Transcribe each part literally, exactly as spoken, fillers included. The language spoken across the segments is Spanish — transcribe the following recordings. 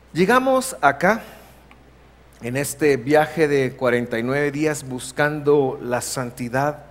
Llegamos acá en este viaje de cuarenta y nueve días buscando la santidad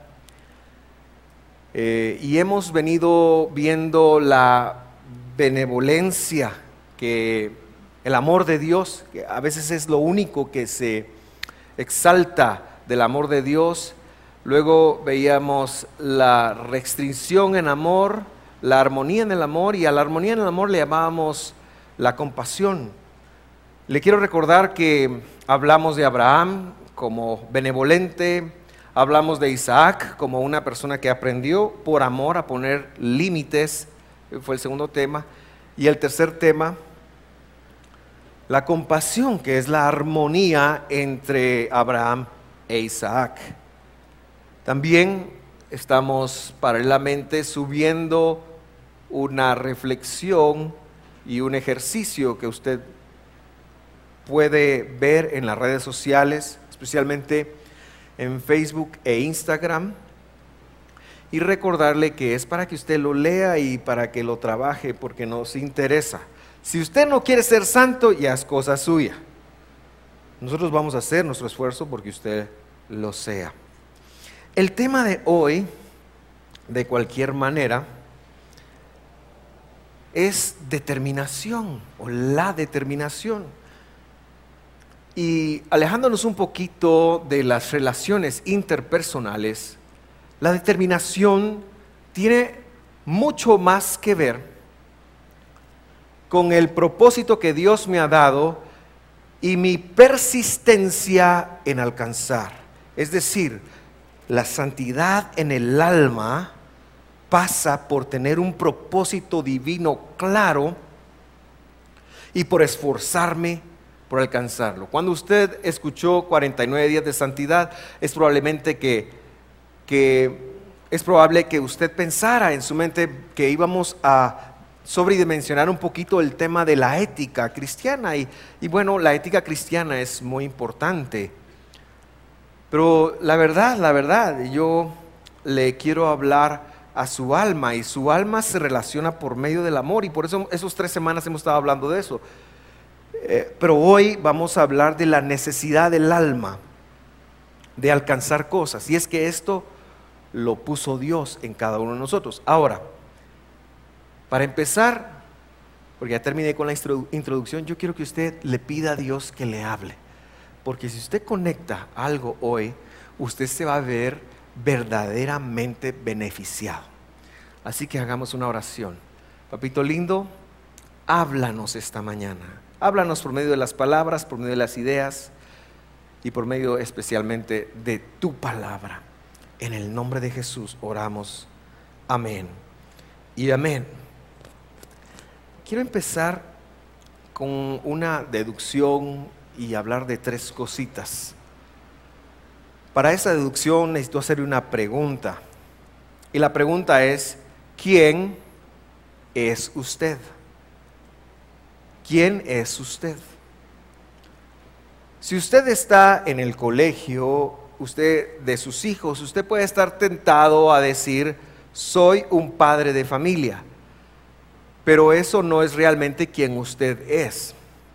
eh, y hemos venido viendo la benevolencia, que el amor de Dios, que a veces es lo único que se exalta del amor de Dios. Luego veíamos la restricción en amor, la armonía en el amor, y a la armonía en el amor le llamábamos la compasión. Le quiero recordar que hablamos de Abraham como benevolente, hablamos de Isaac como una persona que aprendió por amor a poner límites, fue el segundo tema, y el tercer tema, la compasión, que es la armonía entre Abraham e Isaac. También estamos paralelamente subiendo una reflexión y un ejercicio que usted puede ver en las redes sociales, especialmente en Facebook e Instagram, y recordarle que es para que usted lo lea y para que lo trabaje, porque nos interesa. Si usted no quiere ser santo, ya es cosa suya. Nosotros vamos a hacer nuestro esfuerzo porque usted lo sea. El tema de hoy, de cualquier manera, es determinación o la determinación. Y alejándonos un poquito de las relaciones interpersonales, la determinación tiene mucho más que ver con el propósito que Dios me ha dado y mi persistencia en alcanzar. Es decir, la santidad en el alma pasa por tener un propósito divino claro y por esforzarme por alcanzarlo. Cuando usted escuchó cuarenta y nueve días de santidad, es probablemente que, que es probable que usted pensara en su mente que íbamos a sobredimensionar un poquito el tema de la ética cristiana, y, y bueno, la ética cristiana es muy importante, pero la verdad, la verdad, yo le quiero hablar a su alma, y su alma se relaciona por medio del amor, y por eso esas tres semanas hemos estado hablando de eso. Eh, pero hoy vamos a hablar de la necesidad del alma de alcanzar cosas, y es que esto lo puso Dios en cada uno de nosotros. Ahora, para empezar, porque ya terminé con la introducción, yo quiero que usted le pida a Dios que le hable, porque si usted conecta algo hoy, usted se va a ver verdaderamente beneficiado. Así que hagamos una oración. Papito lindo, háblanos esta mañana. Háblanos por medio de las palabras, por medio de las ideas y por medio especialmente de tu palabra. En el nombre de Jesús oramos. Amén y amén. Quiero empezar con una deducción y hablar de tres cositas. Para esa deducción necesito hacer una pregunta. Y la pregunta es: ¿quién es usted? ¿Quién es usted? Si usted está en el colegio, usted de sus hijos, usted puede estar tentado a decir: soy un padre de familia, pero eso no es realmente quien usted es.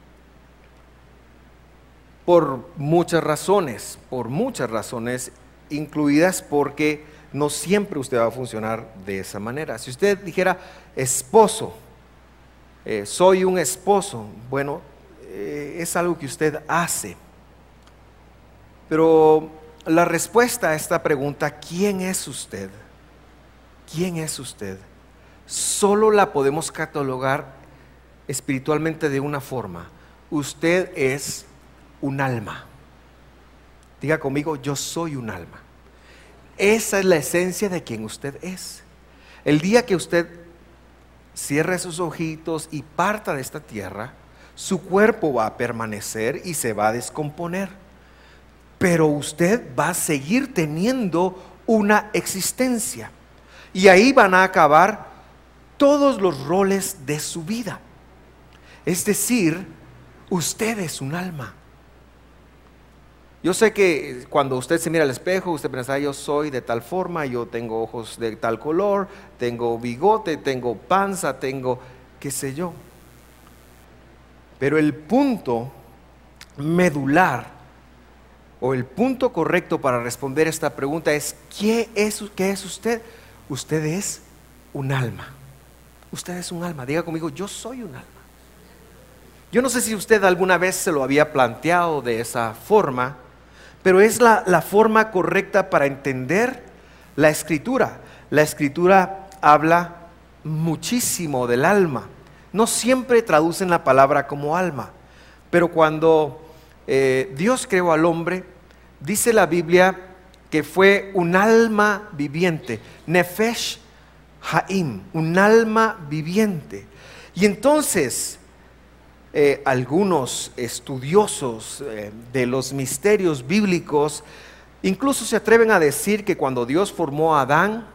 Por muchas razones, por muchas razones, incluidas porque no siempre usted va a funcionar de esa manera. Si usted dijera esposo, Eh, soy un esposo, bueno, eh, es algo que usted hace. Pero la respuesta a esta pregunta, ¿quién es usted? ¿Quién es usted? Solo la podemos catalogar espiritualmente de una forma: usted es un alma. Diga conmigo: yo soy un alma. Esa es la esencia de quien usted es. El día que usted cierre sus ojitos y parta de esta tierra, su cuerpo va a permanecer y se va a descomponer, pero usted va a seguir teniendo una existencia, y ahí van a acabar todos los roles de su vida. Es decir, usted es un alma. Yo sé que cuando usted se mira al espejo, usted piensa: yo soy de tal forma, yo tengo ojos de tal color, tengo bigote, tengo panza, tengo qué sé yo. Pero el punto medular o el punto correcto para responder esta pregunta es: ¿qué es, qué es usted? Usted es un alma. Usted es un alma. Diga conmigo: yo soy un alma. Yo no sé si usted alguna vez se lo había planteado de esa forma, pero es la, la forma correcta para entender la Escritura. La Escritura habla muchísimo del alma. No siempre traducen la palabra como alma, pero cuando eh, Dios creó al hombre, dice la Biblia que fue un alma viviente, Nefesh Haim, un alma viviente. Y entonces eh, algunos estudiosos eh, de los misterios bíblicos incluso se atreven a decir que cuando Dios formó a Adán,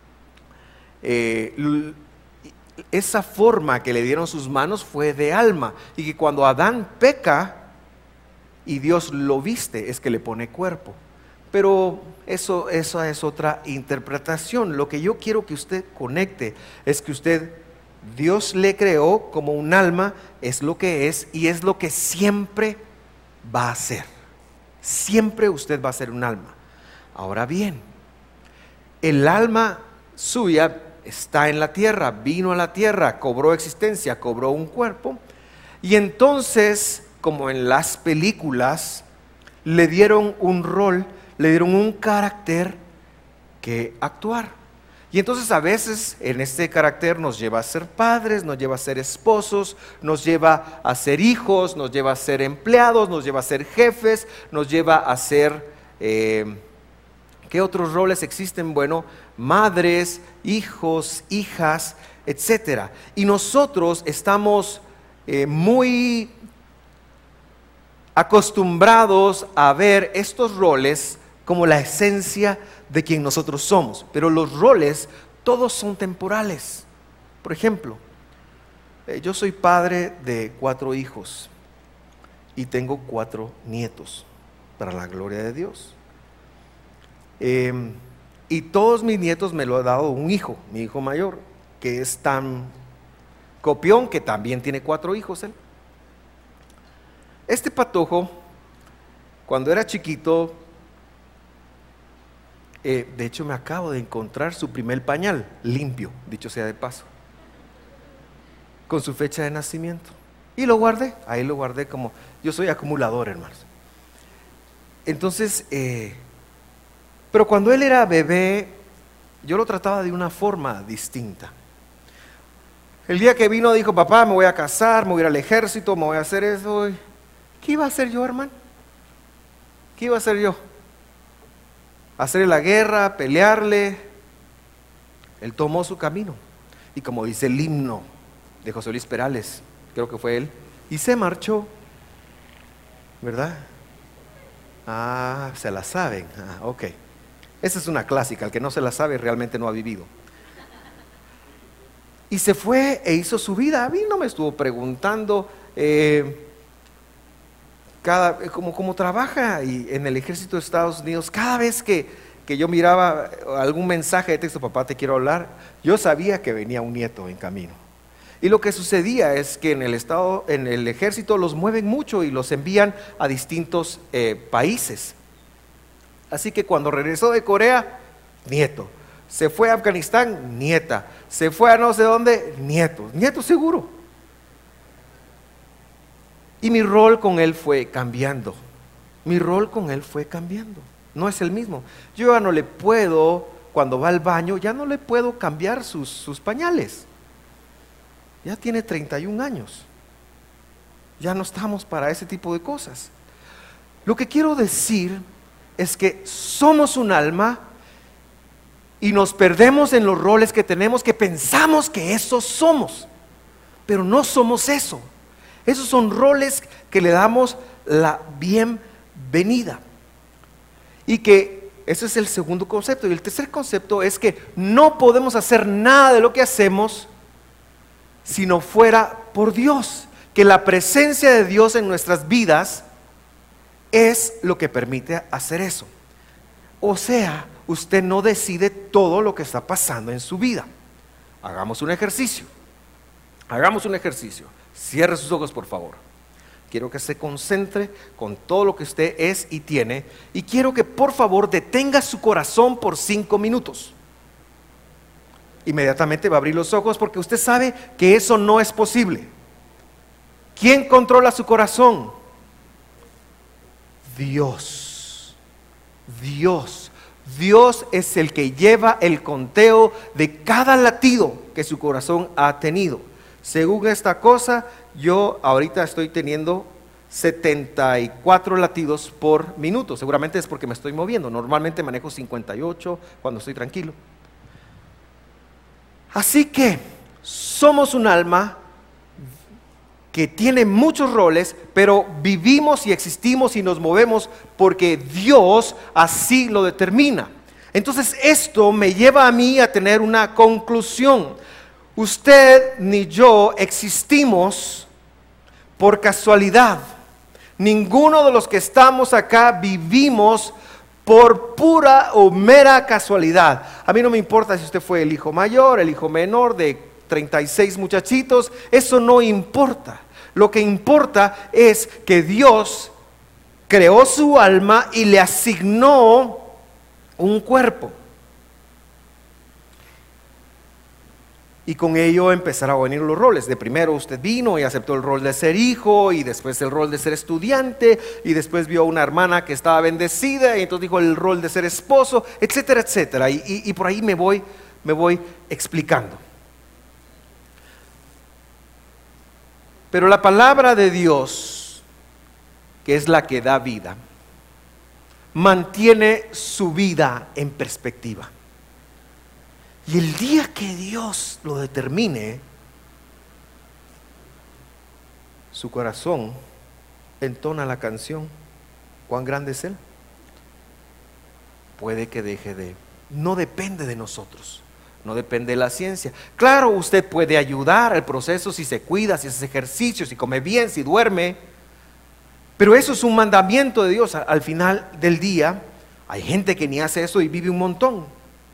eh, esa forma que le dieron sus manos fue de alma, y que cuando Adán peca y Dios lo viste, es que le pone cuerpo. Pero eso, eso es otra interpretación. Lo que yo quiero que usted conecte es que usted, Dios le creó como un alma, es lo que es y es lo que siempre va a ser. Siempre usted va a ser un alma. Ahora bien, el alma suya está en la tierra, vino a la tierra, cobró existencia, cobró un cuerpo, y entonces, como en las películas, le dieron un rol, le dieron un carácter que actuar. Y entonces a veces en este carácter nos lleva a ser padres, nos lleva a ser esposos, nos lleva a ser hijos, nos lleva a ser empleados, nos lleva a ser jefes, nos lleva a ser, eh, ¿qué otros roles existen? Bueno, madres, hijos, hijas, etcétera. Y nosotros estamos eh, muy acostumbrados a ver estos roles como la esencia de quien nosotros somos, pero los roles todos son temporales. Por ejemplo, eh, yo soy padre de cuatro hijos y tengo cuatro nietos, para la gloria de Dios. Eh, y todos mis nietos me lo ha dado un hijo, mi hijo mayor, que es tan copión que también tiene cuatro hijos él. Este patojo, cuando era chiquito, eh, de hecho me acabo de encontrar su primer pañal, limpio, dicho sea de paso, con su fecha de nacimiento. Y lo guardé, ahí lo guardé como, yo soy acumulador, hermanos. Entonces, eh, pero cuando él era bebé, yo lo trataba de una forma distinta. El día que vino dijo: papá, me voy a casar, me voy a ir al ejército, me voy a hacer eso. ¿Qué iba a hacer yo, hermano? ¿Qué iba a hacer yo? Hacerle la guerra, pelearle. Él tomó su camino. Y como dice el himno de José Luis Perales, creo que fue él, y se marchó, ¿verdad? Ah, se la saben. Ah, ok. Esa es una clásica, el que no se la sabe realmente no ha vivido. Y se fue e hizo su vida. A mí no me estuvo preguntando eh, cada, como, como trabaja y en el ejército de Estados Unidos. Cada vez que, que yo miraba algún mensaje de texto: papá, te quiero hablar, yo sabía que venía un nieto en camino. Y lo que sucedía es que en el estado, en el ejército los mueven mucho y los envían a distintos eh, países. Así que cuando regresó de Corea, nieto. Se fue a Afganistán, nieta. Se fue a no sé dónde, nieto. Nieto seguro. Y mi rol con él fue cambiando. Mi rol con él fue cambiando. No es el mismo. Yo ya no le puedo, cuando va al baño, ya no le puedo cambiar sus, sus pañales. Ya tiene treinta y un años. Ya no estamos para ese tipo de cosas. Lo que quiero decir es que somos un alma y nos perdemos en los roles que tenemos, que pensamos que eso somos, pero no somos eso. Esos son roles que le damos la bienvenida. Y que ese es el segundo concepto. Y el tercer concepto es que no podemos hacer nada de lo que hacemos si no fuera por Dios. Que la presencia de Dios en nuestras vidas es lo que permite hacer eso. O sea, usted no decide todo lo que está pasando en su vida. Hagamos un ejercicio. Hagamos un ejercicio. Cierre sus ojos, por favor. Quiero que se concentre con todo lo que usted es y tiene. Y quiero que por favor detenga su corazón por cinco minutos. Inmediatamente va a abrir los ojos porque usted sabe que eso no es posible. ¿Quién controla su corazón? Dios. Dios. Dios es el que lleva el conteo de cada latido que su corazón ha tenido. Según esta cosa, yo ahorita estoy teniendo setenta y cuatro latidos por minuto. Seguramente es porque me estoy moviendo. Normalmente manejo cincuenta y ocho cuando estoy tranquilo. Así que somos un alma que tiene muchos roles, pero vivimos y existimos y nos movemos porque Dios así lo determina. Entonces esto me lleva a mí a tener una conclusión. Usted ni yo existimos por casualidad. Ninguno de los que estamos acá vivimos por pura o mera casualidad. A mí no me importa si usted fue el hijo mayor, el hijo menor de treinta y seis muchachitos, eso no importa. Lo que importa es que Dios creó su alma y le asignó un cuerpo. Y con ello empezaron a venir los roles. De primero usted vino y aceptó el rol de ser hijo, y después el rol de ser estudiante, y después vio a una hermana que estaba bendecida, y entonces dijo el rol de ser esposo, etcétera, etcétera. Y, y, y por ahí me voy, me voy explicando. Pero la palabra de Dios, que es la que da vida, mantiene su vida en perspectiva. Y el día que Dios lo determine, su corazón entona la canción, ¿cuán grande es Él? Puede que deje de, no depende de nosotros. No depende de la ciencia. Claro, usted puede ayudar al proceso si se cuida, si hace ejercicio, si come bien, si duerme. Pero eso es un mandamiento de Dios. Al final del día, hay gente que ni hace eso y vive un montón.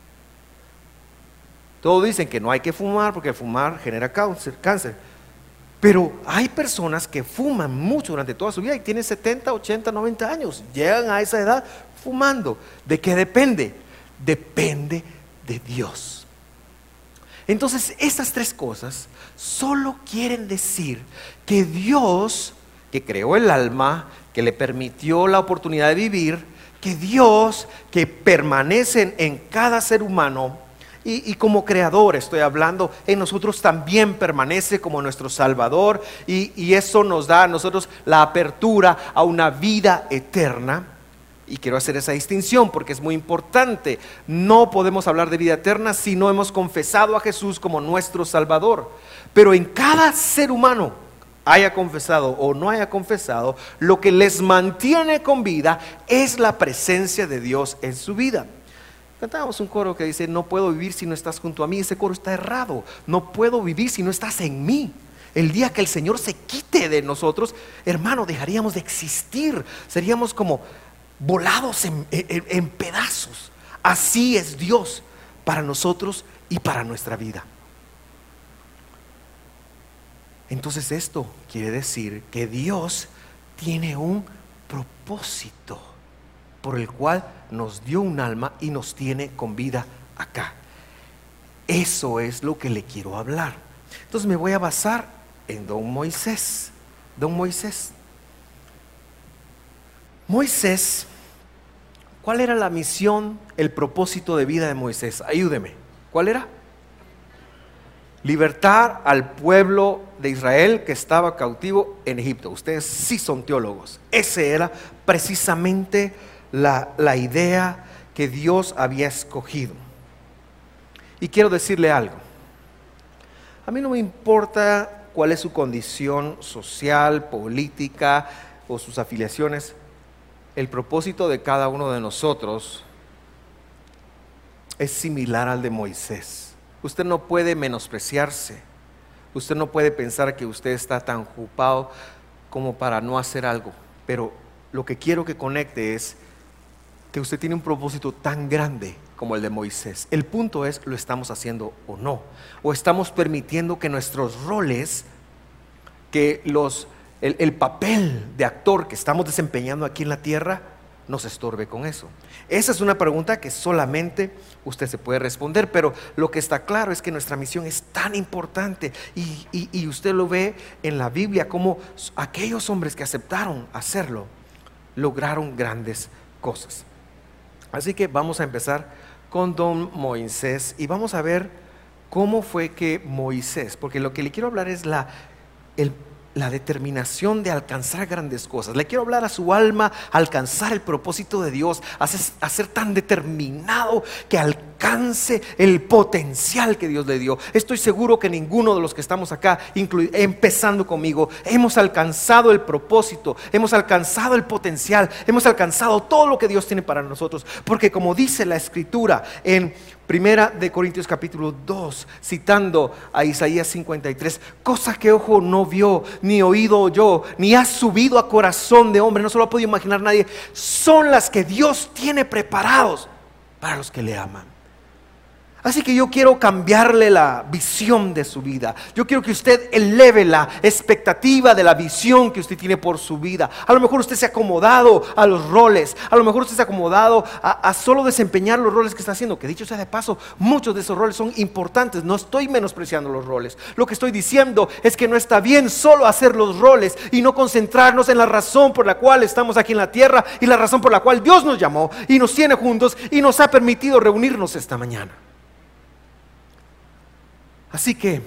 Todos dicen que no hay que fumar porque fumar genera cáncer, cáncer. Pero hay personas que fuman mucho durante toda su vida y tienen setenta, ochenta, noventa años. Llegan a esa edad fumando. ¿De qué depende? Depende de Dios. Entonces, estas tres cosas solo quieren decir que Dios, que creó el alma, que le permitió la oportunidad de vivir, que Dios, que permanece en, en cada ser humano, y, y como creador estoy hablando, en nosotros también permanece como nuestro Salvador, y, y eso nos da a nosotros la apertura a una vida eterna. Y quiero hacer esa distinción porque es muy importante. No podemos hablar de vida eterna si no hemos confesado a Jesús como nuestro Salvador. Pero en cada ser humano, haya confesado o no haya confesado, lo que les mantiene con vida es la presencia de Dios en su vida. Cantábamos un coro que dice: no puedo vivir si no estás junto a mí. Ese coro está errado. No puedo vivir si no estás en mí. El día que el Señor se quite de nosotros, hermano, dejaríamos de existir. Seríamos como volados en, en, en pedazos. Así es Dios para nosotros y para nuestra vida. Entonces esto quiere decir que Dios tiene un propósito por el cual nos dio un alma y nos tiene con vida acá. Eso es lo que le quiero hablar. Entonces me voy a basar en don Moisés. Don Moisés Moisés, ¿cuál era la misión, el propósito de vida de Moisés? Ayúdeme. ¿Cuál era? Libertar al pueblo de Israel que estaba cautivo en Egipto. Ustedes sí son teólogos. Esa era precisamente la, la idea que Dios había escogido. Y quiero decirle algo. A mí no me importa cuál es su condición social, política o sus afiliaciones. El propósito de cada uno de nosotros es similar al de Moisés. Usted no puede menospreciarse. Usted no puede pensar que usted está tan ocupado como para no hacer algo. Pero lo que quiero que conecte es que usted tiene un propósito tan grande como el de Moisés. El punto es, ¿lo estamos haciendo o no? ¿O estamos permitiendo que nuestros roles, que los el, el papel de actor que estamos desempeñando aquí en la tierra nos estorbe con eso. Esa es una pregunta que solamente usted se puede responder, pero lo que está claro es que nuestra misión es tan importante y, y, y usted lo ve en la Biblia como aquellos hombres que aceptaron hacerlo lograron grandes cosas. Así que vamos a empezar con don Moisés y vamos a ver cómo fue que Moisés, porque lo que le quiero hablar es la, el, la determinación de alcanzar grandes cosas. Le quiero hablar a su alma, alcanzar el propósito de Dios, a ser, a ser tan determinado que alcance el potencial que Dios le dio. Estoy seguro que ninguno de los que estamos acá, inclu- empezando conmigo, hemos alcanzado el propósito, hemos alcanzado el potencial, hemos alcanzado todo lo que Dios tiene para nosotros, porque como dice la Escritura en Primera de Corintios capítulo dos, citando a Isaías cincuenta y tres, cosa que ojo no vio, ni oído oyó, ni ha subido a corazón de hombre, no se lo ha podido imaginar nadie, son las que Dios tiene preparados para los que le aman. Así que yo quiero cambiarle la visión de su vida. Yo quiero que usted eleve la expectativa de la visión que usted tiene por su vida. A lo mejor usted se ha acomodado a los roles. A lo mejor usted se ha acomodado a, a solo desempeñar los roles que está haciendo. Que dicho sea de paso, muchos de esos roles son importantes. No estoy menospreciando los roles. Lo que estoy diciendo es que no está bien solo hacer los roles y no concentrarnos en la razón por la cual estamos aquí en la tierra y la razón por la cual Dios nos llamó y nos tiene juntos y nos ha permitido reunirnos esta mañana. Así que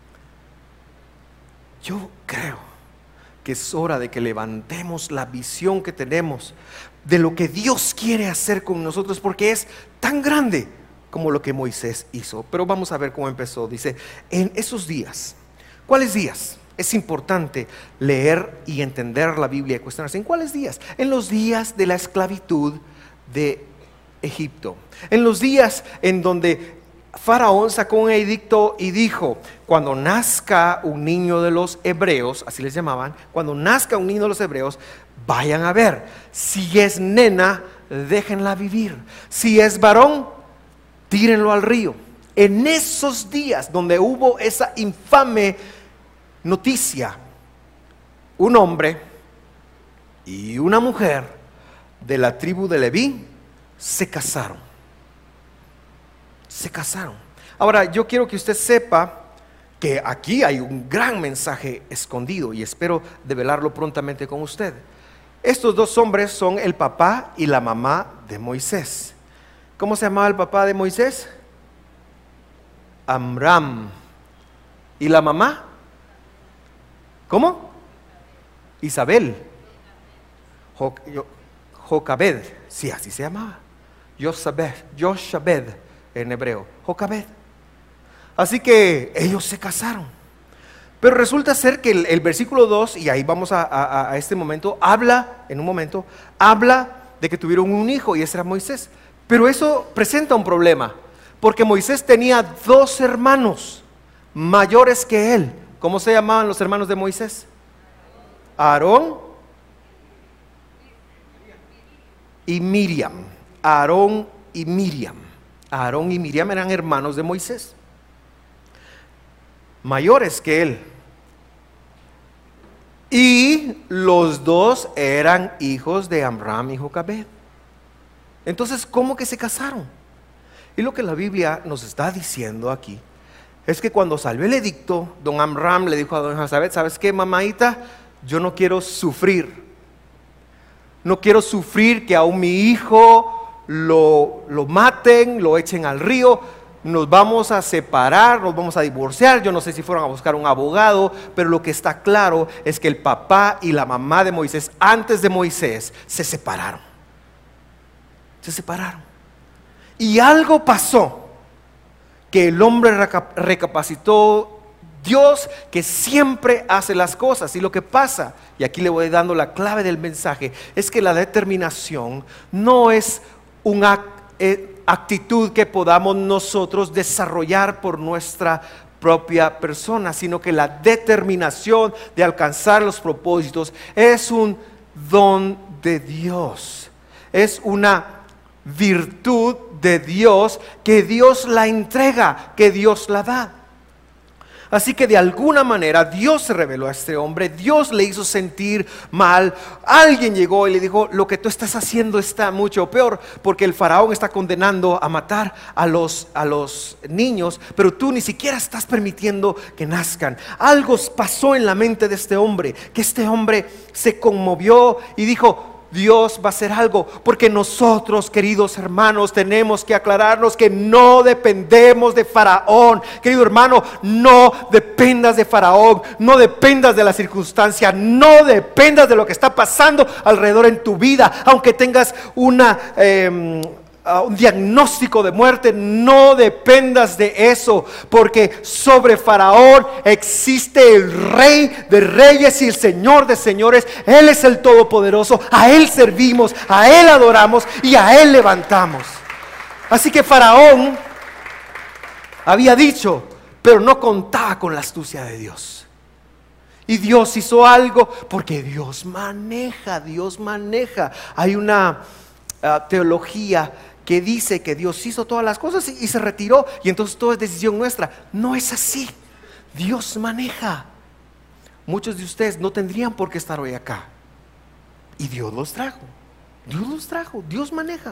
yo creo que es hora de que levantemos la visión que tenemos de lo que Dios quiere hacer con nosotros, porque es tan grande como lo que Moisés hizo. Pero vamos a ver cómo empezó. Dice, en esos días. ¿Cuáles días? Es importante leer y entender la Biblia y cuestionarse. ¿En cuáles días? En los días de la esclavitud de Egipto. En los días en donde Faraón sacó un edicto y dijo, cuando nazca un niño de los hebreos, así les llamaban, cuando nazca un niño de los hebreos, vayan a ver, si es nena, déjenla vivir, si es varón, tírenlo al río. En esos días donde hubo esa infame noticia, un hombre y una mujer de la tribu de Leví se casaron. Se casaron. Ahora, yo quiero que usted sepa que aquí hay un gran mensaje escondido y espero develarlo prontamente con usted. Estos dos hombres son el papá y la mamá de Moisés. ¿Cómo se llamaba el papá de Moisés? Amram. ¿Y la mamá? ¿Cómo? Isabel. Jo- Yo- Jocabed. Sí, así se llamaba. Josabed. Josabed. En hebreo, Jocabed. Así que ellos se casaron. Pero resulta ser que el, el versículo dos, y ahí vamos a, a, a este momento, habla, en un momento, habla de que tuvieron un hijo y ese era Moisés. Pero eso presenta un problema, porque Moisés tenía dos hermanos mayores que él. ¿Cómo se llamaban los hermanos de Moisés? Aarón y Miriam. Aarón y Miriam. Aarón y Miriam eran hermanos de Moisés, mayores que él, y los dos eran hijos de Amram y Jocabed. Entonces, ¿cómo que se casaron? Y lo que la Biblia nos está diciendo aquí es que cuando salió el edicto, don Amram le dijo a don Jocabed, ¿sabes qué, mamáita? Yo no quiero sufrir, no quiero sufrir que aún mi hijo Lo, lo maten, lo echen al río, nos vamos a separar, nos vamos a divorciar. Yo no sé si fueron a buscar un abogado, pero lo que está claro es que el papá y la mamá de Moisés, antes de Moisés, se separaron. Se separaron. Y algo pasó que el hombre recapacitó. Dios que siempre hace las cosas, y lo que pasa, y aquí le voy dando la clave del mensaje, es que la determinación no es una eh, actitud que podamos nosotros desarrollar por nuestra propia persona, sino que la determinación de alcanzar los propósitos es un don de Dios, es una virtud de Dios que Dios la entrega, que Dios la da. Así que de alguna manera Dios se reveló a este hombre, Dios le hizo sentir mal. Alguien llegó y le dijo: lo que tú estás haciendo está mucho peor, porque el faraón está condenando a matar a los, a los niños, pero tú ni siquiera estás permitiendo que nazcan. Algo pasó en la mente de este hombre, que este hombre se conmovió y dijo: Dios va a hacer algo, porque nosotros, queridos hermanos, tenemos que aclararnos que no dependemos de Faraón. Querido hermano, no dependas de Faraón, no dependas de la circunstancia, no dependas de lo que está pasando alrededor en tu vida. Aunque tengas una... Eh, un diagnóstico de muerte, no dependas de eso, porque sobre Faraón existe el Rey de reyes y el Señor de señores. Él es el Todopoderoso, a Él servimos, a Él adoramos y a Él levantamos. Así que Faraón había dicho, pero no contaba con la astucia de Dios. Y Dios hizo algo, porque Dios maneja, Dios maneja. Hay una uh, teología que dice que Dios hizo todas las cosas y, y se retiró, y entonces todo es decisión nuestra. No es así. Dios maneja. Muchos de ustedes no tendrían por qué estar hoy acá, y Dios los trajo. Dios los trajo, Dios maneja.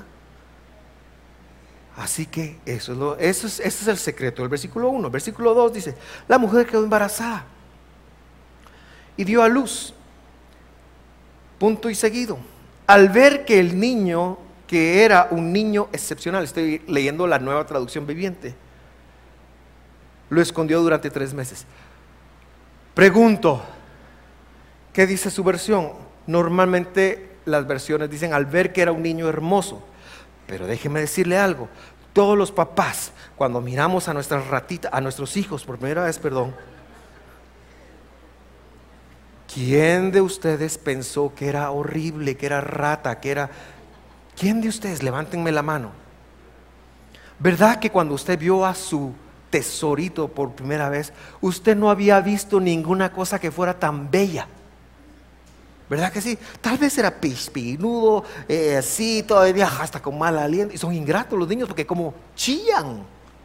Así que eso es, lo, eso es, ese es el secreto del versículo uno. Versículo dos dice: la mujer quedó embarazada y dio a luz. Punto y seguido. Al ver que el niño, que era un niño excepcional, estoy leyendo la Nueva Traducción Viviente, lo escondió durante tres meses. Pregunto, ¿qué dice su versión? Normalmente las versiones dicen: al ver que era un niño hermoso. Pero déjeme decirle algo: todos los papás, cuando miramos a nuestras ratitas, a nuestros hijos por primera vez, perdón, ¿quién de ustedes pensó que era horrible, que era rata, que era... ¿Quién de ustedes? Levántenme la mano. ¿Verdad que cuando usted vio a su tesorito por primera vez, usted no había visto ninguna cosa que fuera tan bella? ¿Verdad que sí? Tal vez era pispinudo, eh, así, todavía hasta con mal aliento. Y son ingratos los niños porque como chillan.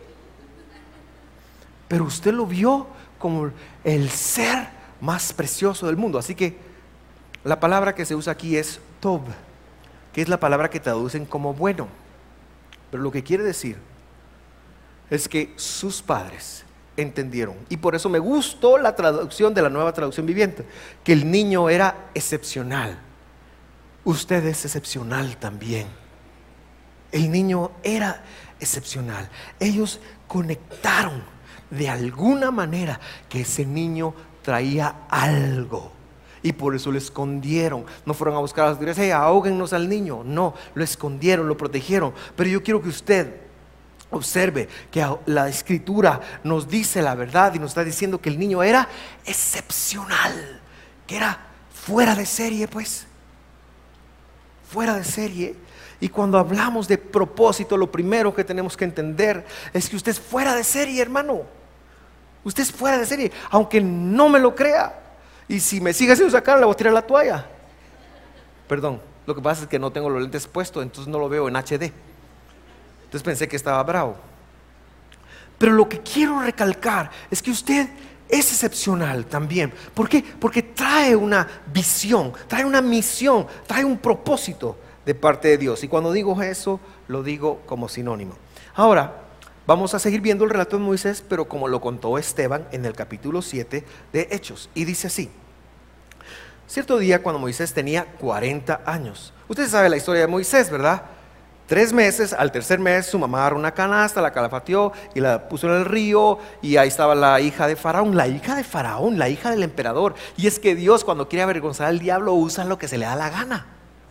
Pero usted lo vio como el ser más precioso del mundo. Así que la palabra que se usa aquí es Tob, que es la palabra que traducen como bueno. Pero lo que quiere decir es que sus padres entendieron, y por eso me gustó la traducción de la Nueva Traducción Viviente, que el niño era excepcional. Usted es excepcional también. El niño era excepcional. Ellos conectaron de alguna manera que ese niño traía algo, y por eso lo escondieron. No fueron a buscar a las autoridades: hey, ahóguennos al niño. No, lo escondieron, lo protegieron. Pero yo quiero que usted observe que la Escritura nos dice la verdad y nos está diciendo que el niño era excepcional, que era fuera de serie, pues fuera de serie. Y cuando hablamos de propósito, lo primero que tenemos que entender es que usted es fuera de serie, hermano. Usted es fuera de serie, aunque no me lo crea. Y si me sigue haciendo sacar, le voy a tirar la toalla. Perdón, lo que pasa es que no tengo los lentes puestos, entonces no lo veo en H D. Entonces pensé que estaba bravo. Pero lo que quiero recalcar es que usted es excepcional también. ¿Por qué? Porque trae una visión, trae una misión, trae un propósito de parte de Dios. Y cuando digo eso, lo digo como sinónimo. Ahora, vamos a seguir viendo el relato de Moisés, pero como lo contó Esteban en el capítulo siete de Hechos. Y dice así: cierto día, cuando Moisés tenía cuarenta años. Usted sabe la historia de Moisés, ¿verdad? Tres meses, al tercer mes su mamá agarró una canasta, la calafateó y la puso en el río, y ahí estaba la hija de Faraón, la hija de Faraón, la hija del emperador. Y es que Dios, cuando quiere avergonzar al diablo, usa lo que se le da la gana.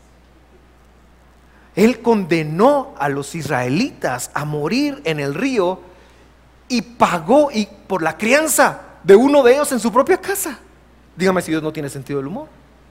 Él condenó a los israelitas a morir en el río y pagó y por la crianza de uno de ellos en su propia casa. Dígame si Dios no tiene sentido del humor.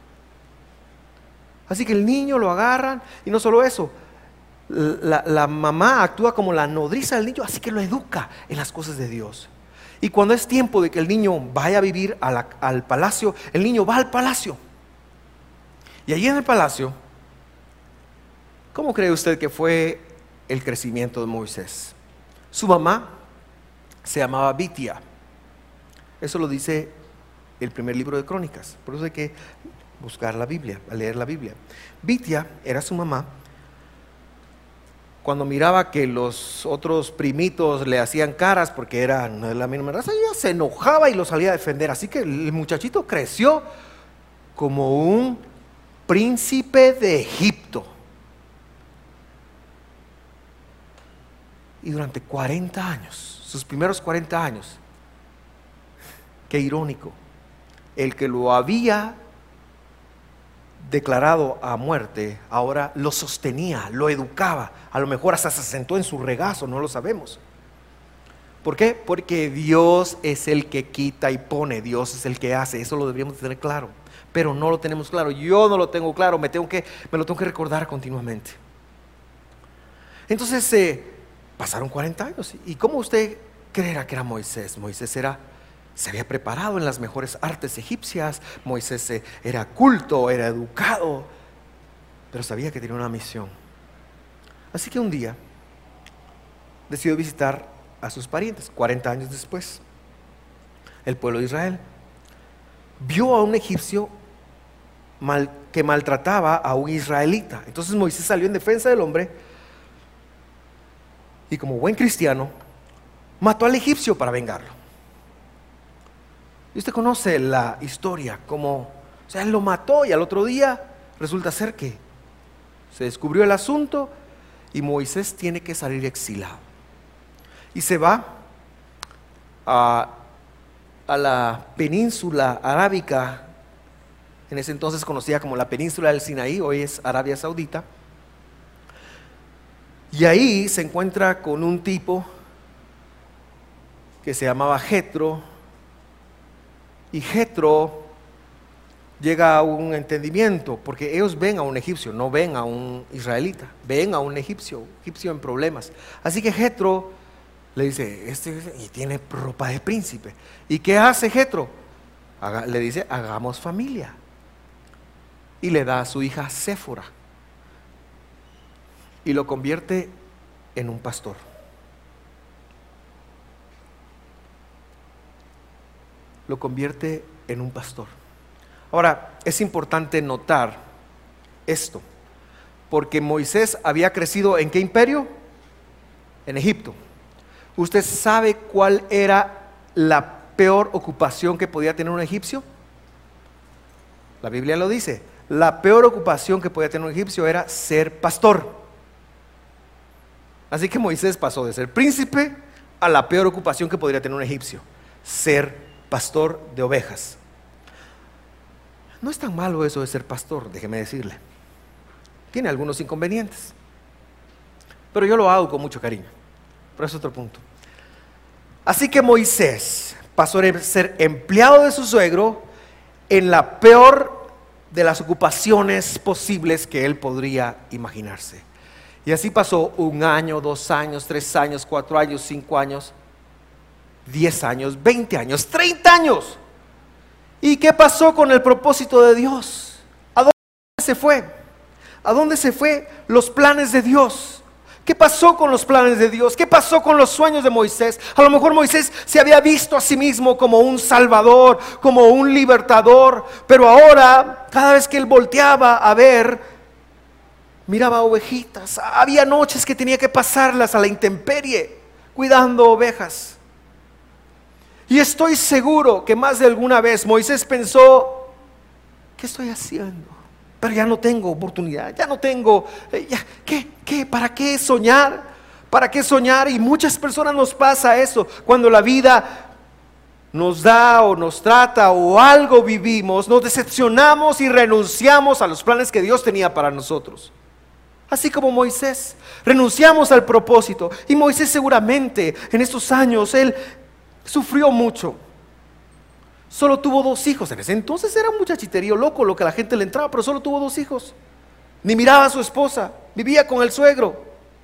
Así que el niño lo agarran, y no solo eso, la, la mamá actúa como la nodriza del niño, así que lo educa en las cosas de Dios. Y cuando es tiempo de que el niño vaya a vivir a la, al palacio, el niño va al palacio. Y allí en el palacio, ¿cómo cree usted que fue el crecimiento de Moisés? Su mamá se llamaba Bitia. Eso lo dice el primer libro de Crónicas. Por eso hay que buscar la Biblia, leer la Biblia. Bitia era su mamá. Cuando miraba que los otros primitos le hacían caras porque eran de la misma raza, ella se enojaba y lo salía a defender. Así que el muchachito creció como un príncipe de Egipto. Y durante cuarenta años, sus primeros cuarenta años, qué irónico, el que lo había declarado a muerte, ahora lo sostenía, lo educaba, a lo mejor hasta se sentó en su regazo, no lo sabemos. ¿Por qué? Porque Dios es el que quita y pone, Dios es el que hace, eso lo deberíamos tener claro, pero no lo tenemos claro. Yo no lo tengo claro, me, tengo que, me lo tengo que recordar continuamente. Entonces eh, pasaron cuarenta años, ¿y cómo usted creerá que era Moisés? Moisés era... se había preparado en las mejores artes egipcias. Moisés era culto, era educado, pero sabía que tenía una misión. Así que un día decidió visitar a sus parientes. cuarenta años después, el pueblo de Israel vio a un egipcio mal, que maltrataba a un israelita. Entonces Moisés salió en defensa del hombre y, como buen cristiano, mató al egipcio para vengarlo. Y usted conoce la historia, como, o sea, él lo mató y al otro día resulta ser que se descubrió el asunto y Moisés tiene que salir exilado. Y se va a, a la península arábica, en ese entonces conocida como la península del Sinaí, hoy es Arabia Saudita. Y ahí se encuentra con un tipo que se llamaba Jetro. Y Jetro llega a un entendimiento, porque ellos ven a un egipcio, no ven a un israelita, ven a un egipcio, egipcio en problemas. Así que Jetro le dice, este y tiene ropa de príncipe. ¿Y qué hace Jetro? Haga, le dice, hagamos familia. Y le da a su hija Séfora y lo convierte en un pastor. Lo convierte en un pastor. Ahora, es importante notar esto, porque Moisés había crecido ¿en qué imperio? En Egipto. ¿Usted sabe cuál era la peor ocupación que podía tener un egipcio? La Biblia lo dice. La peor ocupación que podía tener un egipcio era ser pastor. Así que Moisés pasó de ser príncipe a la peor ocupación que podría tener un egipcio: ser pastor de ovejas. No es tan malo eso de ser pastor, déjeme decirle. Tiene algunos inconvenientes, pero yo lo hago con mucho cariño. Pero es otro punto. Así que Moisés pasó de ser empleado de su suegro en la peor de las ocupaciones posibles que él podría imaginarse. Y así pasó un año, dos años, tres años, cuatro años, cinco años, diez años, veinte años, treinta años. ¿Y qué pasó con el propósito de Dios? ¿A dónde se fue? ¿A dónde se fue los planes de Dios? ¿Qué pasó con los planes de Dios? ¿Qué pasó con los sueños de Moisés? A lo mejor Moisés se había visto a sí mismo como un salvador, como un libertador, pero ahora, cada vez que él volteaba a ver, miraba ovejitas. Había noches que tenía que pasarlas a la intemperie, cuidando ovejas. Y estoy seguro que más de alguna vez Moisés pensó, ¿qué estoy haciendo? Pero ya no tengo oportunidad, ya no tengo, ya, ¿qué, qué, ¿para qué soñar? ¿Para qué soñar? Y muchas personas nos pasa eso, cuando la vida nos da o nos trata o algo vivimos, nos decepcionamos y renunciamos a los planes que Dios tenía para nosotros. Así como Moisés, renunciamos al propósito. Y Moisés seguramente en estos años, él sufrió mucho. Solo tuvo dos hijos. En ese entonces era un muchachiterío loco lo que a la gente le entraba, pero solo tuvo dos hijos. Ni miraba a su esposa, vivía con el suegro.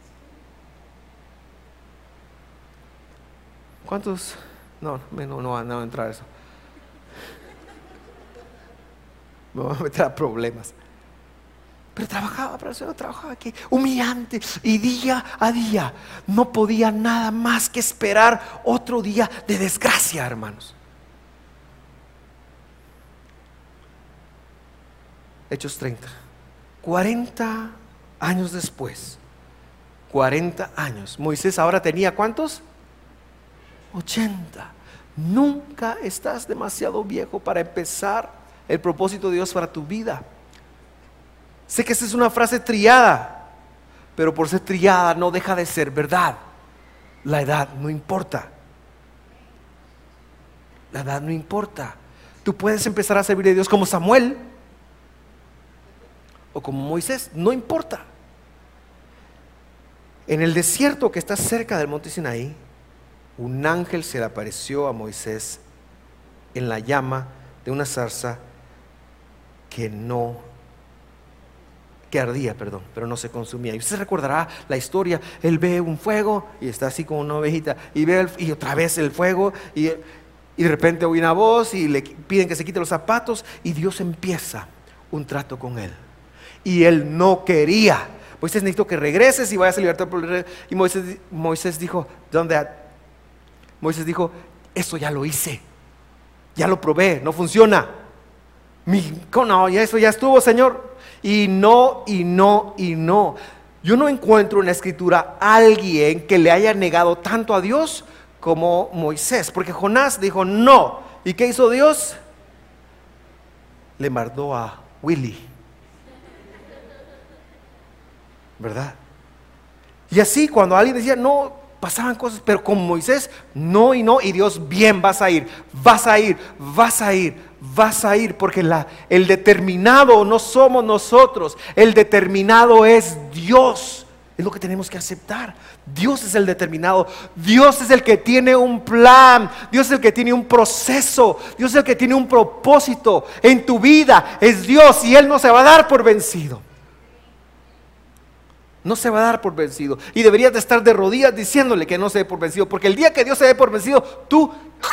¿Cuántos? No, no, no, no, no va a entrar eso. Me voy a meter a problemas. Pero trabajaba para el suegro, trabajaba aquí, humillante, y día a día no podía nada más que esperar otro día de desgracia, hermanos. Hechos treinta. cuarenta años después, cuarenta años. Moisés ahora tenía ¿cuántos? ochenta. Nunca estás demasiado viejo para empezar el propósito de Dios para tu vida. Sé que esta es una frase trillada, pero por ser trillada no deja de ser verdad. La edad no importa. La edad no importa. Tú puedes empezar a servir a Dios como Samuel o como Moisés, no importa. En el desierto que está cerca del monte Sinaí, un ángel se le apareció a Moisés en la llama de una zarza que no que ardía, perdón, pero no se consumía. Y usted recordará la historia. Él ve un fuego y está así como una ovejita y ve el, y otra vez el fuego y, y de repente oye una voz y le piden que se quite los zapatos y Dios empieza un trato con él. Y él no quería. Moisés, necesito que regreses y vayas a libertar por el rey. Y Moisés, Moisés dijo, ¿dónde? Moisés dijo, eso ya lo hice, ya lo probé, no funciona. Mi, no, ya eso ya estuvo, Señor. Y no, y no, y no. Yo no encuentro en la escritura a alguien que le haya negado tanto a Dios como Moisés, porque Jonás dijo no. ¿Y qué hizo Dios? Le mandó a Willy, ¿verdad? Y así cuando alguien decía no, pasaban cosas, pero con Moisés no y no, y Dios, bien, vas a ir, vas a ir, vas a ir, vas a ir, porque la, el determinado no somos nosotros, el determinado es Dios. Es lo que tenemos que aceptar. Dios es el determinado. Dios es el que tiene un plan. Dios es el que tiene un proceso. Dios es el que tiene un propósito en tu vida. Es Dios y Él no se va a dar por vencido. No se va a dar por vencido. Y deberías de estar de rodillas diciéndole que no se dé por vencido. Porque el día que Dios se dé por vencido, tú...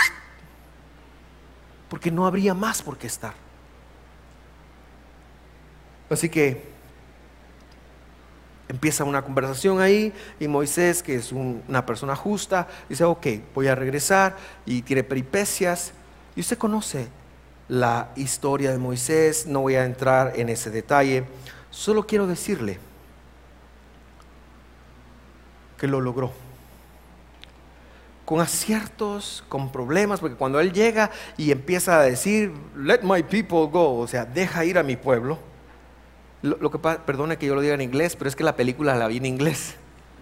Porque no habría más por qué estar. Así que empieza una conversación ahí. Y Moisés, que es un, una persona justa, dice, ok, voy a regresar. Y tiene peripecias. Y usted conoce la historia de Moisés. No voy a entrar en ese detalle. Solo quiero decirle que lo logró, con aciertos, con problemas, porque cuando él llega y empieza a decir let my people go, o sea, deja ir a mi pueblo, lo, lo que pasa, perdone que yo lo diga en inglés, pero es que la película la vi en inglés,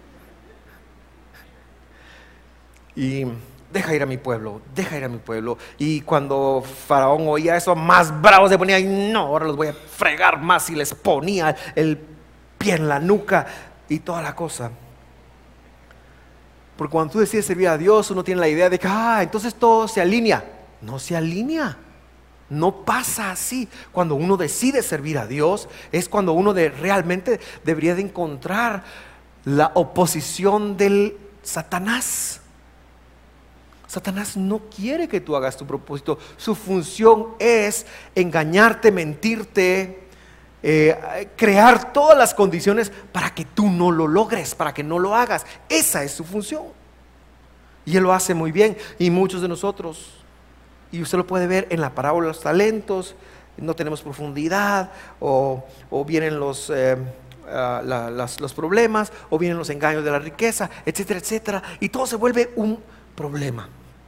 y deja ir a mi pueblo, deja ir a mi pueblo, y cuando Faraón oía eso, más bravo se ponía, y no, ahora los voy a fregar más, y les ponía el pie en la nuca y toda la cosa. Porque cuando tú decides servir a Dios, uno tiene la idea de que, ah, entonces todo se alinea. No se alinea. No pasa así. Cuando uno decide servir a Dios, es cuando uno de, realmente debería de encontrar la oposición del Satanás. Satanás no quiere que tú hagas tu propósito. Su función es engañarte, mentirte, Eh, crear todas las condiciones para que tú no lo logres, para que no lo hagas. Esa es su función y Él lo hace muy bien. Y muchos de nosotros, y usted lo puede ver en la parábola de los talentos, no tenemos profundidad, o, o vienen los, eh, uh, la, las, los problemas, o vienen los engaños de la riqueza, etcétera, etcétera, y todo se vuelve un problema.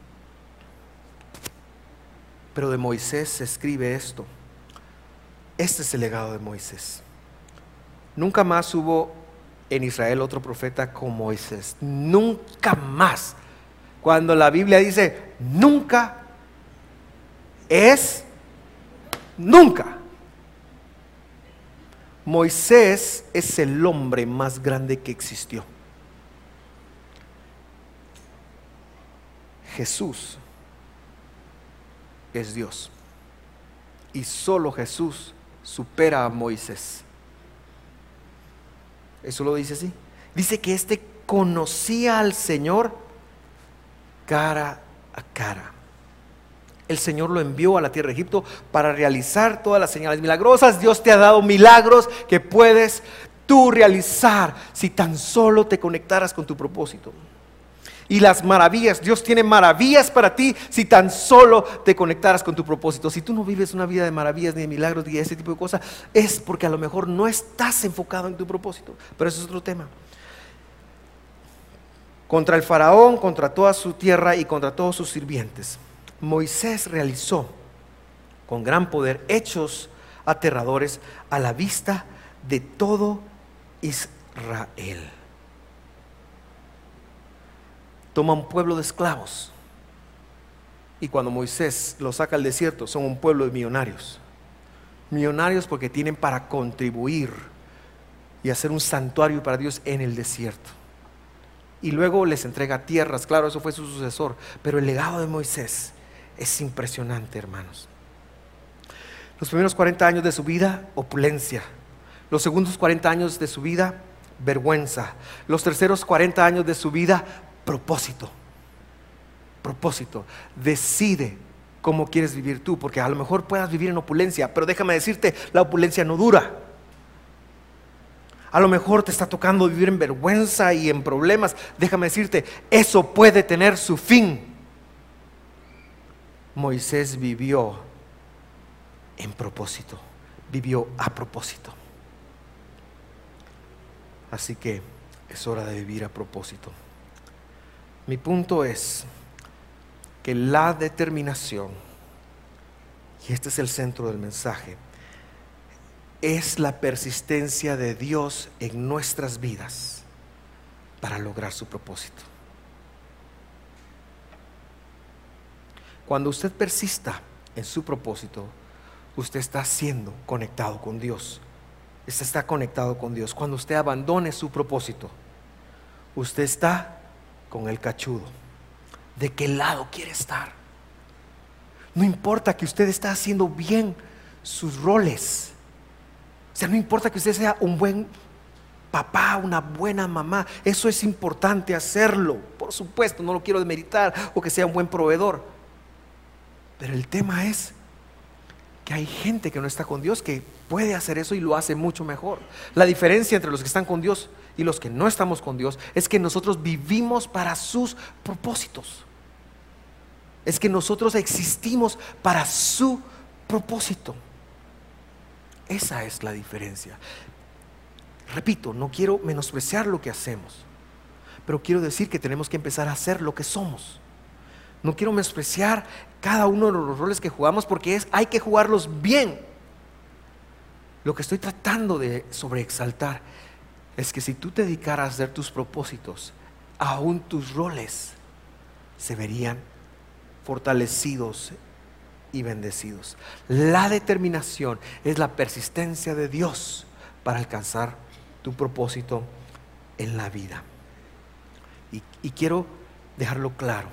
Pero de Moisés se escribe esto. Este es el legado de Moisés. Nunca más hubo en Israel otro profeta como Moisés. Nunca más. Cuando la Biblia dice nunca, es nunca. Moisés es el hombre más grande que existió. Jesús es Dios. Y solo Jesús supera a Moisés. Eso lo dice así. Dice que este conocía al Señor cara a cara. El Señor lo envió a la tierra de Egipto para realizar todas las señales milagrosas. Dios te ha dado milagros que puedes tú realizar si tan solo te conectaras con tu propósito. Y las maravillas, Dios tiene maravillas para ti si tan solo te conectaras con tu propósito. Si tú no vives una vida de maravillas, ni de milagros, ni de ese tipo de cosas, es porque a lo mejor no estás enfocado en tu propósito. Pero eso es otro tema. Contra el faraón, contra toda su tierra y contra todos sus sirvientes, Moisés realizó con gran poder hechos aterradores a la vista de todo Israel. Toma un pueblo de esclavos y cuando Moisés los saca al desierto son un pueblo de millonarios. Millonarios porque tienen para contribuir y hacer un santuario para Dios en el desierto. Y luego les entrega tierras, claro, eso fue su sucesor, pero el legado de Moisés es impresionante, hermanos. Los primeros cuarenta años de su vida, opulencia. Los segundos cuarenta años de su vida, vergüenza. Los terceros cuarenta años de su vida, propósito. Propósito. Decide cómo quieres vivir tú, porque a lo mejor puedas vivir en opulencia, pero déjame decirte, la opulencia no dura. A lo mejor te está tocando vivir en vergüenza y en problemas. Déjame decirte, eso puede tener su fin. Moisés vivió en propósito, vivió a propósito. Así que es hora de vivir a propósito. Mi punto es que la determinación, y este es el centro del mensaje, es la persistencia de Dios en nuestras vidas para lograr su propósito. Cuando usted persista en su propósito, usted está siendo conectado con Dios. Usted está conectado con Dios. Cuando usted abandone su propósito, usted está con el cachudo. ¿De qué lado quiere estar? No importa que usted está haciendo bien sus roles. O sea, no importa que usted sea un buen papá, una buena mamá. Eso es importante hacerlo. Por supuesto, no lo quiero demeritar, o que sea un buen proveedor. Pero el tema es que hay gente que no está con Dios que puede hacer eso y lo hace mucho mejor. La diferencia entre los que están con Dios y los que no estamos con Dios es que nosotros vivimos para sus propósitos. Es que nosotros existimos para su propósito. Esa es la diferencia. Repito, no quiero menospreciar lo que hacemos, pero quiero decir que tenemos que empezar a hacer lo que somos. No quiero menospreciar cada uno de los roles que jugamos, porque es, hay que jugarlos bien. Lo que estoy tratando de sobreexaltar es que si tú te dedicaras a hacer tus propósitos, aún tus roles se verían fortalecidos y bendecidos. La determinación es la persistencia de Dios para alcanzar tu propósito en la vida. Y, y quiero dejarlo claro.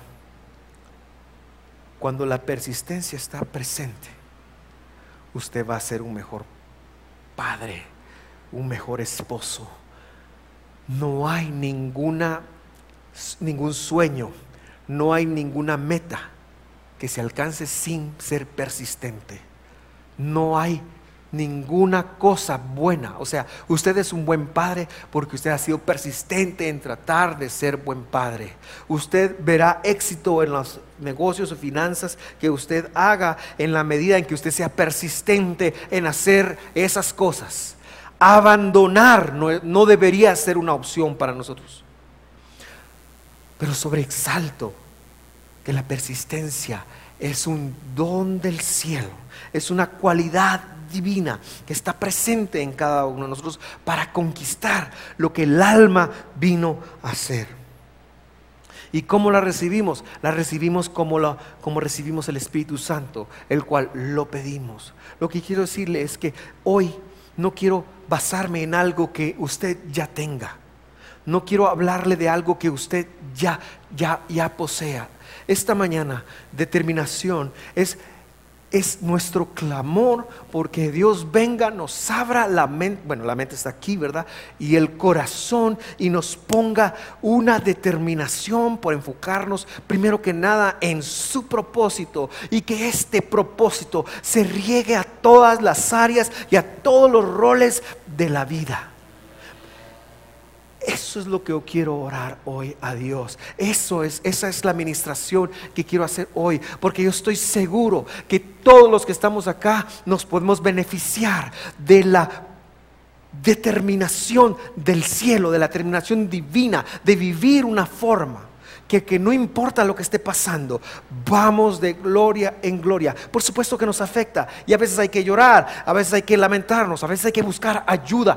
Cuando la persistencia está presente, usted va a ser un mejor padre, un mejor esposo. No hay ninguna, ningún sueño, no hay ninguna meta que se alcance sin ser persistente. No hay ninguna cosa buena. O sea, usted es un buen padre porque usted ha sido persistente en tratar de ser buen padre. Usted verá éxito en los negocios o finanzas que usted haga en la medida en que usted sea persistente en hacer esas cosas. Abandonar no, no debería ser una opción para nosotros. Pero sobreexalto que la persistencia es un don del cielo, es una cualidad divina que está presente en cada uno de nosotros para conquistar lo que el alma vino a hacer. ¿Y cómo la recibimos? La recibimos como, la, como recibimos el Espíritu Santo, el cual lo pedimos. Lo que quiero decirle es que hoy no quiero basarme en algo que usted ya tenga. No quiero hablarle de algo que usted ya, ya, ya posea. Esta mañana, determinación es, es nuestro clamor porque Dios venga, nos abra la mente, bueno, la mente está aquí, ¿verdad? Y el corazón, y nos ponga una determinación por enfocarnos primero que nada en su propósito, y que este propósito se riegue a todas las áreas y a todos los roles de la vida. Eso es lo que yo quiero orar hoy a Dios. Eso es, esa es la administración que quiero hacer hoy, porque yo estoy seguro que todos los que estamos acá nos podemos beneficiar de la determinación del cielo, de la determinación divina de vivir una forma que, que no importa lo que esté pasando, vamos de gloria en gloria. Por supuesto que nos afecta, y a veces hay que llorar, a veces hay que lamentarnos, a veces hay que buscar ayuda.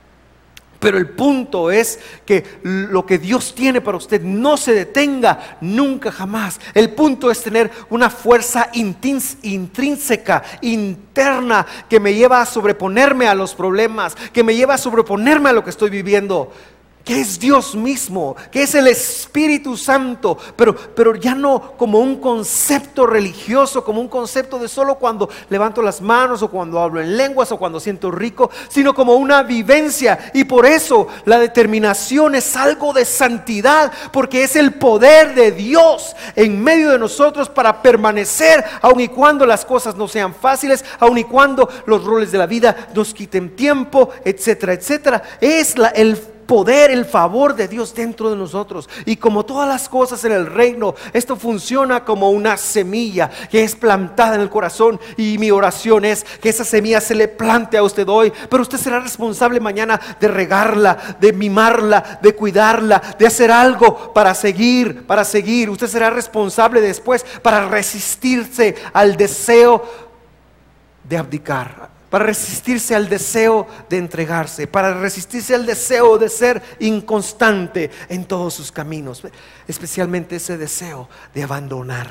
Pero el punto es que lo que Dios tiene para usted no se detenga nunca jamás. El punto es tener una fuerza intrínseca, interna, que me lleva a sobreponerme a los problemas, que me lleva a sobreponerme a lo que estoy viviendo, que es Dios mismo, que es el Espíritu Santo, pero, pero ya no como un concepto religioso, como un concepto de solo cuando levanto las manos o cuando hablo en lenguas o cuando siento rico, sino como una vivencia. Y por eso la determinación es algo de santidad, porque es el poder de Dios en medio de nosotros para permanecer, aun y cuando las cosas no sean fáciles, aun y cuando los roles de la vida nos quiten tiempo, etcétera, etcétera. Es la, el poder, el favor de Dios dentro de nosotros. Y como todas las cosas en el reino, esto funciona como una semilla que es plantada en el corazón. Y mi oración es que esa semilla se le plante a usted hoy, pero usted será responsable mañana de regarla, de mimarla, de cuidarla, de hacer algo para seguir, para seguir. Usted será responsable después para resistirse al deseo de abdicar, para resistirse al deseo de entregarse, para resistirse al deseo de ser inconstante en todos sus caminos, especialmente ese deseo de abandonar,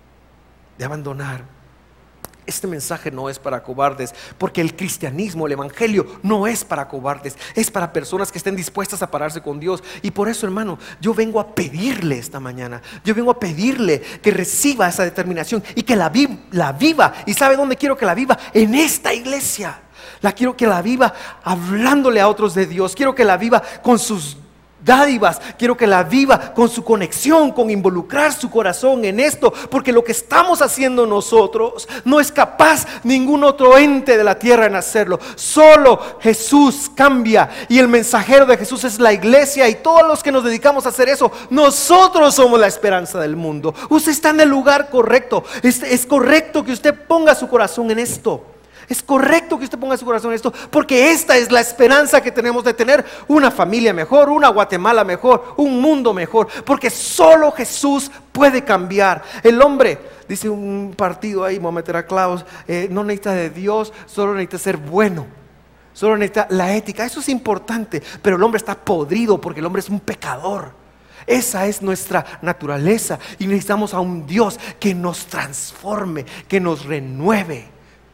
de abandonar. Este mensaje no es para cobardes, porque el cristianismo, el evangelio no es para cobardes, es para personas que estén dispuestas a pararse con Dios. Y por eso, hermano, yo vengo a pedirle esta mañana, yo vengo a pedirle que reciba esa determinación y que la, vi, la viva. ¿Y sabe dónde quiero que la viva? En esta iglesia. La quiero que la viva hablándole a otros de Dios. Quiero que la viva con sus dádivas, quiero que la viva con su conexión, con involucrar su corazón en esto, porque lo que estamos haciendo nosotros no es capaz ningún otro ente de la tierra en hacerlo. Solo Jesús cambia, y el mensajero de Jesús es la iglesia, y todos los que nos dedicamos a hacer eso, nosotros somos la esperanza del mundo. Usted está en el lugar correcto. Es, es correcto que usted ponga su corazón en esto. Es correcto que usted ponga su corazón en esto, porque esta es la esperanza que tenemos de tener una familia mejor, una Guatemala mejor, un mundo mejor, porque solo Jesús puede cambiar. El hombre, dice un partido ahí, me voy a meter a clavos, eh, no necesita de Dios, solo necesita ser bueno, solo necesita la ética. Eso es importante, pero el hombre está podrido porque el hombre es un pecador. Esa es nuestra naturaleza, y necesitamos a un Dios que nos transforme, que nos renueve.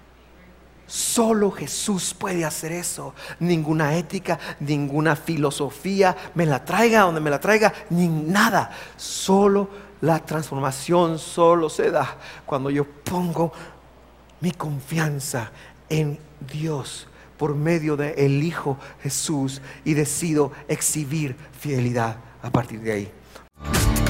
Solo Jesús puede hacer eso. Ninguna ética, ninguna filosofía me la traiga donde me la traiga, ni nada. Solo la transformación solo se da cuando yo pongo mi confianza en Dios por medio del Hijo Jesús y decido exhibir fidelidad a partir de ahí.